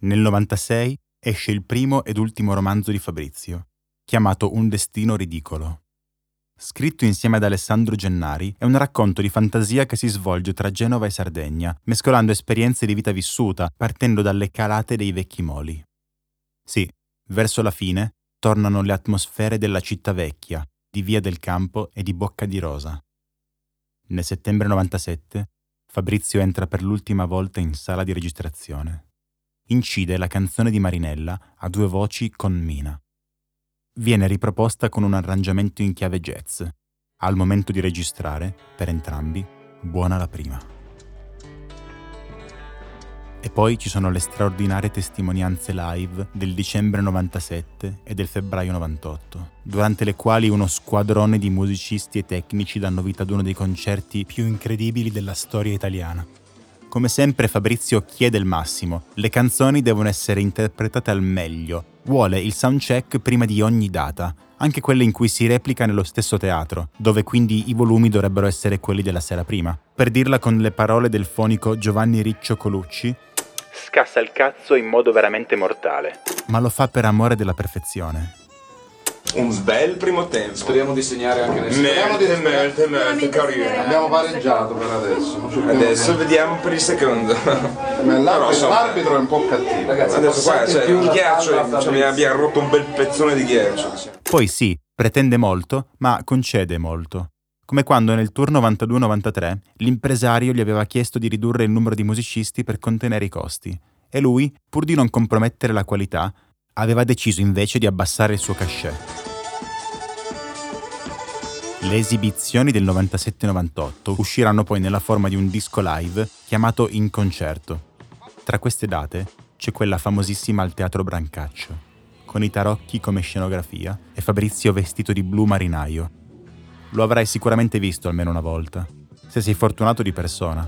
Nel 96 esce il primo ed ultimo romanzo di Fabrizio, chiamato Un destino ridicolo. Scritto insieme ad Alessandro Gennari, è un racconto di fantasia che si svolge tra Genova e Sardegna, mescolando esperienze di vita vissuta, partendo dalle calate dei vecchi moli. Sì, verso la fine tornano le atmosfere della città vecchia, di Via del Campo e di Bocca di Rosa. Nel settembre 97, Fabrizio entra per l'ultima volta in sala di registrazione. Incide la canzone di Marinella a due voci con Mina. Viene riproposta con un arrangiamento in chiave jazz. Al momento di registrare, per entrambi, buona la prima. E poi ci sono le straordinarie testimonianze live del dicembre 97 e del febbraio 98, durante le quali uno squadrone di musicisti e tecnici danno vita ad uno dei concerti più incredibili della storia italiana. Come sempre Fabrizio chiede il massimo, le canzoni devono essere interpretate al meglio, vuole il soundcheck prima di ogni data, anche quelle in cui si replica nello stesso teatro, dove quindi i volumi dovrebbero essere quelli della sera prima. Per dirla con le parole del fonico Giovanni Riccio Colucci, scassa il cazzo in modo veramente mortale. Ma lo fa per amore della perfezione. Un bel primo tempo. Speriamo di segnare anche nel Merte, carino. Abbiamo pareggiato per adesso. Adesso vediamo per il secondo. L'arbitro è un po' cattivo. Ragazzi, adesso qua c'è il ghiaccio, mi abbiamo rotto un bel pezzone di ghiaccio. Poi sì, pretende molto, ma concede molto. Come quando nel tour 92-93 l'impresario gli aveva chiesto di ridurre il numero di musicisti per contenere i costi. E lui, pur di non compromettere la qualità, aveva deciso invece di abbassare il suo cachet. Le esibizioni del 97-98 usciranno poi nella forma di un disco live chiamato In Concerto. Tra queste date c'è quella famosissima al Teatro Brancaccio, con i tarocchi come scenografia e Fabrizio vestito di blu marinaio. Lo avrai sicuramente visto almeno una volta, se sei fortunato di persona.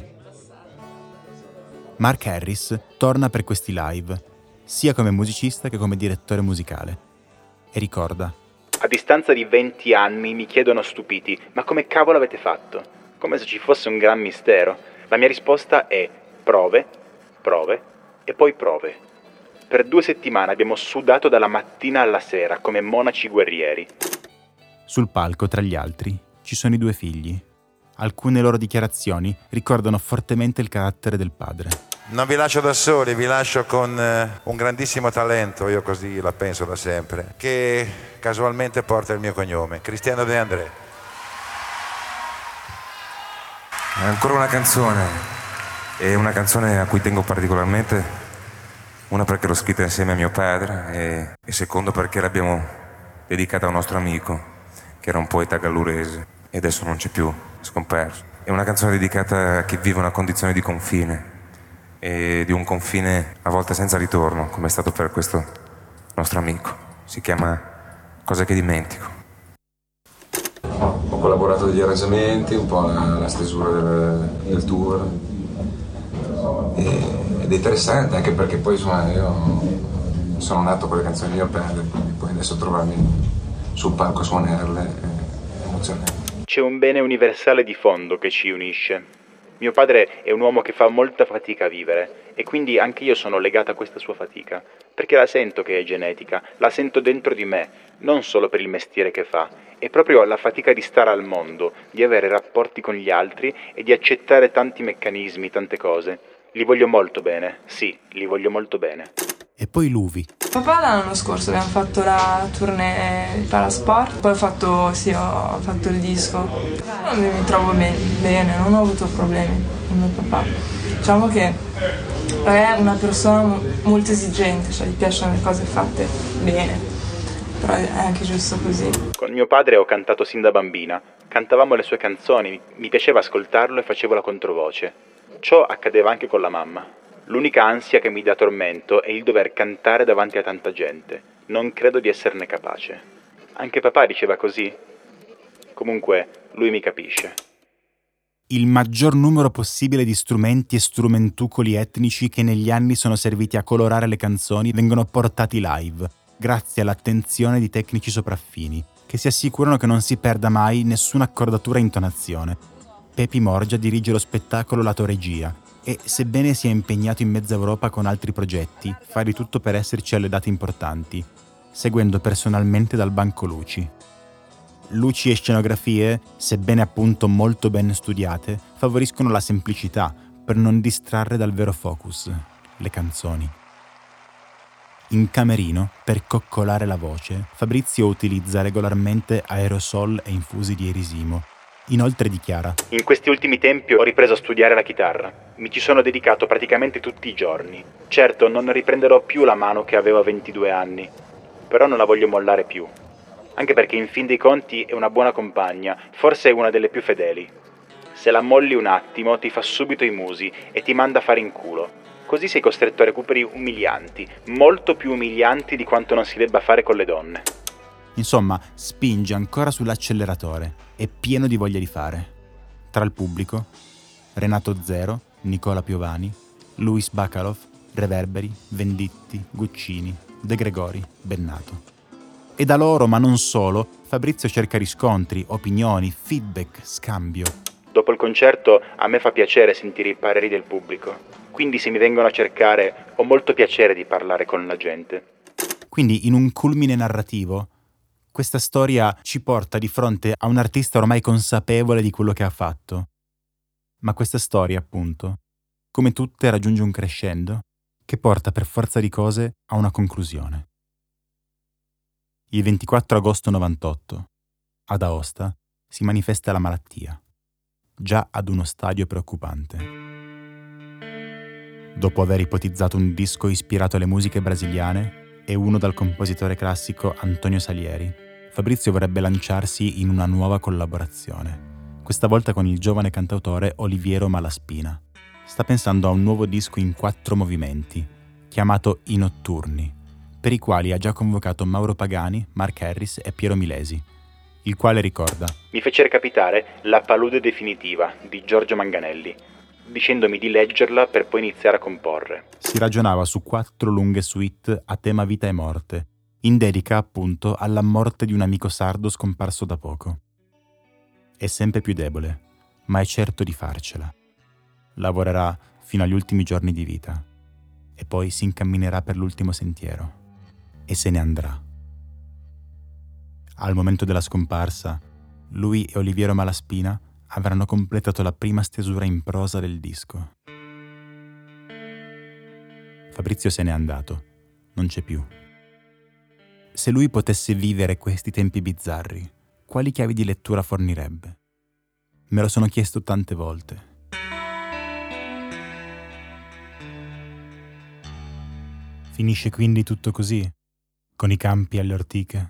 Mark Harris torna per questi live, sia come musicista che come direttore musicale. E ricorda: a distanza di 20 anni mi chiedono stupiti, ma come cavolo avete fatto? Come se ci fosse un gran mistero. La mia risposta è prove, prove e poi prove. Per 2 settimane abbiamo sudato dalla mattina alla sera come monaci guerrieri. Sul palco, tra gli altri, ci sono i 2 figli. Alcune loro dichiarazioni ricordano fortemente il carattere del padre. Non vi lascio da soli, vi lascio con un grandissimo talento, io così la penso da sempre, che casualmente porta il mio cognome, Cristiano De André. È ancora una canzone, e una canzone a cui tengo particolarmente, una perché l'ho scritta insieme a mio padre e secondo perché l'abbiamo dedicata a un nostro amico, che era un poeta gallurese e adesso non c'è più, è scomparso. È una canzone dedicata a chi vive una condizione di confine, e di un confine a volte senza ritorno, come è stato per questo nostro amico. Si chiama Cose che dimentico. Ho collaborato degli arrangiamenti, un po' la stesura del tour. Ed è interessante anche perché poi insomma io sono nato con le canzoni di mio padre, quindi poi adesso trovarmi sul palco a suonarle è emozionante. C'è un bene universale di fondo che ci unisce. Mio padre è un uomo che fa molta fatica a vivere e quindi anche io sono legato a questa sua fatica, perché la sento che è genetica, la sento dentro di me, non solo per il mestiere che fa, è proprio la fatica di stare al mondo, di avere rapporti con gli altri e di accettare tanti meccanismi, tante cose. Li voglio molto bene, sì, li voglio molto bene. E poi Luvi. Papà l'anno scorso abbiamo fatto la tournée di Palasport, poi ho fatto il disco. Mi trovo bene, non ho avuto problemi con mio papà. Diciamo che è una persona molto esigente, cioè gli piacciono le cose fatte bene, però è anche giusto così. Con mio padre ho cantato sin da bambina, cantavamo le sue canzoni, mi piaceva ascoltarlo e facevo la controvoce. Ciò accadeva anche con la mamma. L'unica ansia che mi dà tormento è il dover cantare davanti a tanta gente. Non credo di esserne capace. Anche papà diceva così. Comunque, lui mi capisce. Il maggior numero possibile di strumenti e strumentucoli etnici che negli anni sono serviti a colorare le canzoni vengono portati live, grazie all'attenzione di tecnici sopraffini, che si assicurano che non si perda mai nessuna accordatura e intonazione. Pepi Morgia dirige lo spettacolo lato regia. e, sebbene sia impegnato in mezza Europa con altri progetti, fa di tutto per esserci alle date importanti, seguendo personalmente dal banco luci. Luci e scenografie, sebbene appunto molto ben studiate, favoriscono la semplicità per non distrarre dal vero focus, le canzoni. In camerino, per coccolare la voce, Fabrizio utilizza regolarmente aerosol e infusi di erisimo. Inoltre dichiara: in questi ultimi tempi ho ripreso a studiare la chitarra. Mi ci sono dedicato praticamente tutti i giorni. Certo, non riprenderò più la mano che avevo a 22 anni, però non la voglio mollare più. Anche perché in fin dei conti è una buona compagna, forse è una delle più fedeli. Se la molli un attimo ti fa subito i musi e ti manda a fare in culo. Così sei costretto a recuperi umilianti, molto più umilianti di quanto non si debba fare con le donne. Insomma, spinge ancora sull'acceleratore, è pieno di voglia di fare. Tra il pubblico, Renato Zero, Nicola Piovani, Luis Bacalov, Reverberi, Venditti, Guccini, De Gregori, Bennato. E da loro, ma non solo, Fabrizio cerca riscontri, opinioni, feedback, scambio. Dopo il concerto a me fa piacere sentire i pareri del pubblico. Quindi se mi vengono a cercare ho molto piacere di parlare con la gente. Quindi in un culmine narrativo, questa storia ci porta di fronte a un artista ormai consapevole di quello che ha fatto. Ma questa storia, appunto, come tutte raggiunge un crescendo che porta per forza di cose a una conclusione. Il 24 agosto 98, ad Aosta, si manifesta la malattia, già ad uno stadio preoccupante. Dopo aver ipotizzato un disco ispirato alle musiche brasiliane e uno dal compositore classico Antonio Salieri, Fabrizio vorrebbe lanciarsi in una nuova collaborazione, questa volta con il giovane cantautore Oliviero Malaspina. Sta pensando a un nuovo disco in 4 movimenti, chiamato I Notturni, per i quali ha già convocato Mauro Pagani, Mark Harris e Piero Milesi, il quale ricorda: mi fece recapitare La palude definitiva di Giorgio Manganelli, dicendomi di leggerla per poi iniziare a comporre. Si ragionava su 4 lunghe suite a tema vita e morte, in dedica appunto alla morte di un amico sardo scomparso da poco. È sempre più debole, ma è certo di farcela. Lavorerà fino agli ultimi giorni di vita e poi si incamminerà per l'ultimo sentiero e se ne andrà. Al momento della scomparsa, lui e Oliviero Malaspina avranno completato la prima stesura in prosa del disco. Fabrizio se n'è andato, non c'è più. Se lui potesse vivere questi tempi bizzarri, quali chiavi di lettura fornirebbe? Me lo sono chiesto tante volte. Finisce quindi tutto così? Con i campi alle ortiche?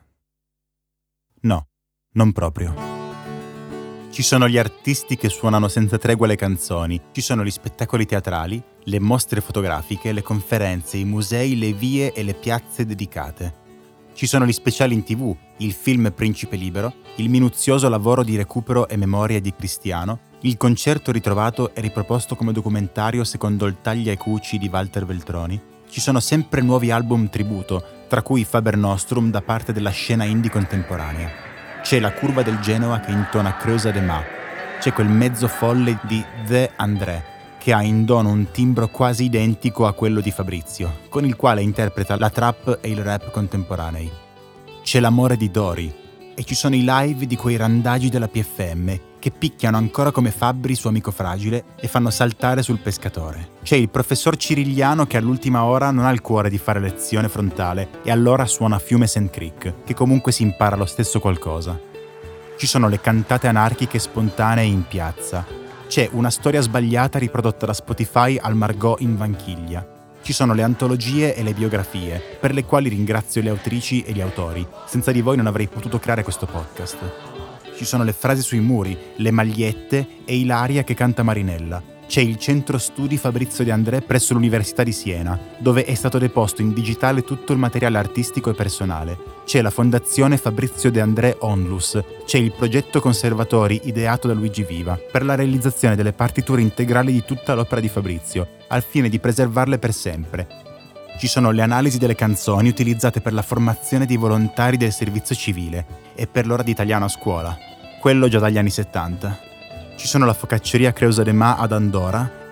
No, non proprio. Ci sono gli artisti che suonano senza tregua le canzoni, ci sono gli spettacoli teatrali, le mostre fotografiche, le conferenze, i musei, le vie e le piazze dedicate. Ci sono gli speciali in TV, il film Principe Libero, il minuzioso lavoro di recupero e memoria di Cristiano, il concerto ritrovato e riproposto come documentario secondo il taglia e cuci di Walter Veltroni. Ci sono sempre nuovi album tributo, tra cui Faber Nostrum da parte della scena indie contemporanea. C'è la curva del Genoa che intona Creusa de Ma. C'è quel mezzo folle di The André, che ha in dono un timbro quasi identico a quello di Fabrizio, con il quale interpreta la trap e il rap contemporanei. C'è l'amore di Dori, e ci sono i live di quei randagi della PFM, che picchiano ancora come Fabbri suo amico fragile e fanno saltare sul pescatore. C'è il professor Cirigliano che all'ultima ora non ha il cuore di fare lezione frontale e allora suona Fiume St. Creek, che comunque si impara lo stesso qualcosa. Ci sono le cantate anarchiche spontanee in piazza. C'è una storia sbagliata riprodotta da Spotify al Margot in Vanchiglia. Ci sono le antologie e le biografie, per le quali ringrazio le autrici e gli autori. Senza di voi non avrei potuto creare questo podcast. Ci sono le frasi sui muri, le magliette e Ilaria che canta Marinella. C'è il centro studi Fabrizio De André presso l'Università di Siena, dove è stato deposto in digitale tutto il materiale artistico e personale. C'è la Fondazione Fabrizio De André Onlus. C'è il progetto Conservatori ideato da Luigi Viva per la realizzazione delle partiture integrali di tutta l'opera di Fabrizio, al fine di preservarle per sempre. Ci sono le analisi delle canzoni utilizzate per la formazione dei volontari del servizio civile e per l'ora di italiano a scuola, quello già dagli anni 70. Ci sono la focacceria Creusa de Ma ad Andora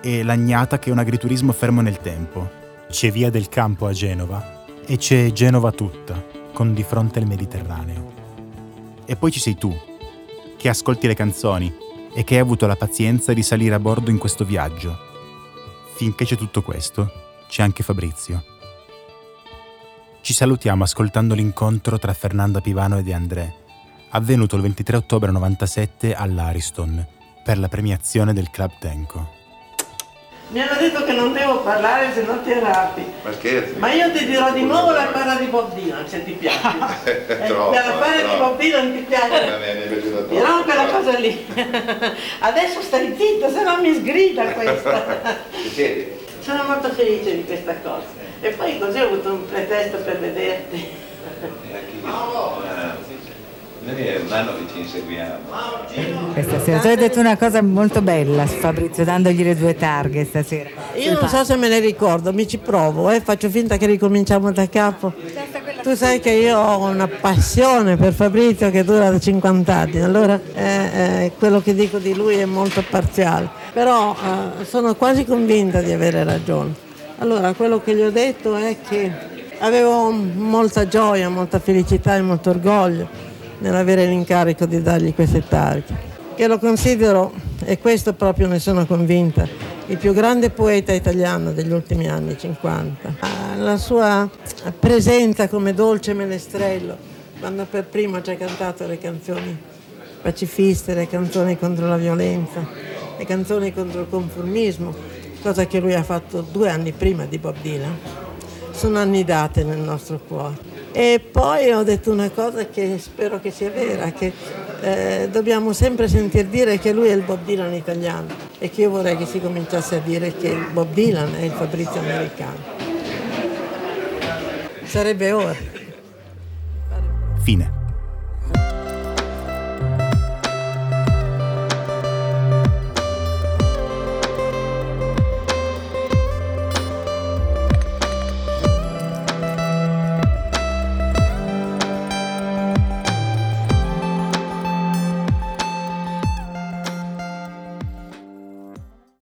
e L'Agnata, che è un agriturismo fermo nel tempo. C'è Via del Campo a Genova e c'è Genova tutta, con di fronte il Mediterraneo. E poi ci sei tu, che ascolti le canzoni e che hai avuto la pazienza di salire a bordo in questo viaggio. Finché c'è tutto questo, c'è anche Fabrizio. Ci salutiamo ascoltando l'incontro tra Fernanda Pivano e De André, avvenuto il 23 ottobre 97 all'Ariston, per la premiazione del Club Tenco. Mi hanno detto che non devo parlare se non ti arrabbi. Ma scherzi? Ma io ti dirò di nuovo la cosa di Bob Dylan, se ti piace. La cosa di Bob Dylan ti piace? Mi è piaciuta troppo. Dirò quella cosa lì. Adesso stai zitto, se no mi sgrida questa. Sono molto felice di questa cosa. E poi così ho avuto un pretesto per vederti. Noi è un anno che ci inseguiamo. Questa sera tu hai detto una cosa molto bella, Fabrizio, dandogli le 2 targhe stasera. Io non so se me ne ricordo, mi ci provo, faccio finta che ricominciamo da capo. Tu sai che io ho una passione per Fabrizio che dura da 50 anni, allora quello che dico di lui è molto parziale, però sono quasi convinta di avere ragione. Allora, quello che gli ho detto è che avevo molta gioia, molta felicità e molto orgoglio nell'avere l'incarico di dargli queste targhe, che lo considero, e questo proprio ne sono convinta, il più grande poeta italiano degli ultimi anni 50. La sua presenza come dolce menestrello, quando per primo ci ha cantato le canzoni pacifiste, le canzoni contro la violenza, le canzoni contro il conformismo, cosa che lui ha fatto 2 anni prima di Bob Dylan, sono annidate nel nostro cuore. E poi ho detto una cosa che spero che sia vera, che dobbiamo sempre sentir dire che lui è il Bob Dylan italiano e che io vorrei che si cominciasse a dire che il Bob Dylan è il Fabrizio americano. Sarebbe ora. Fine.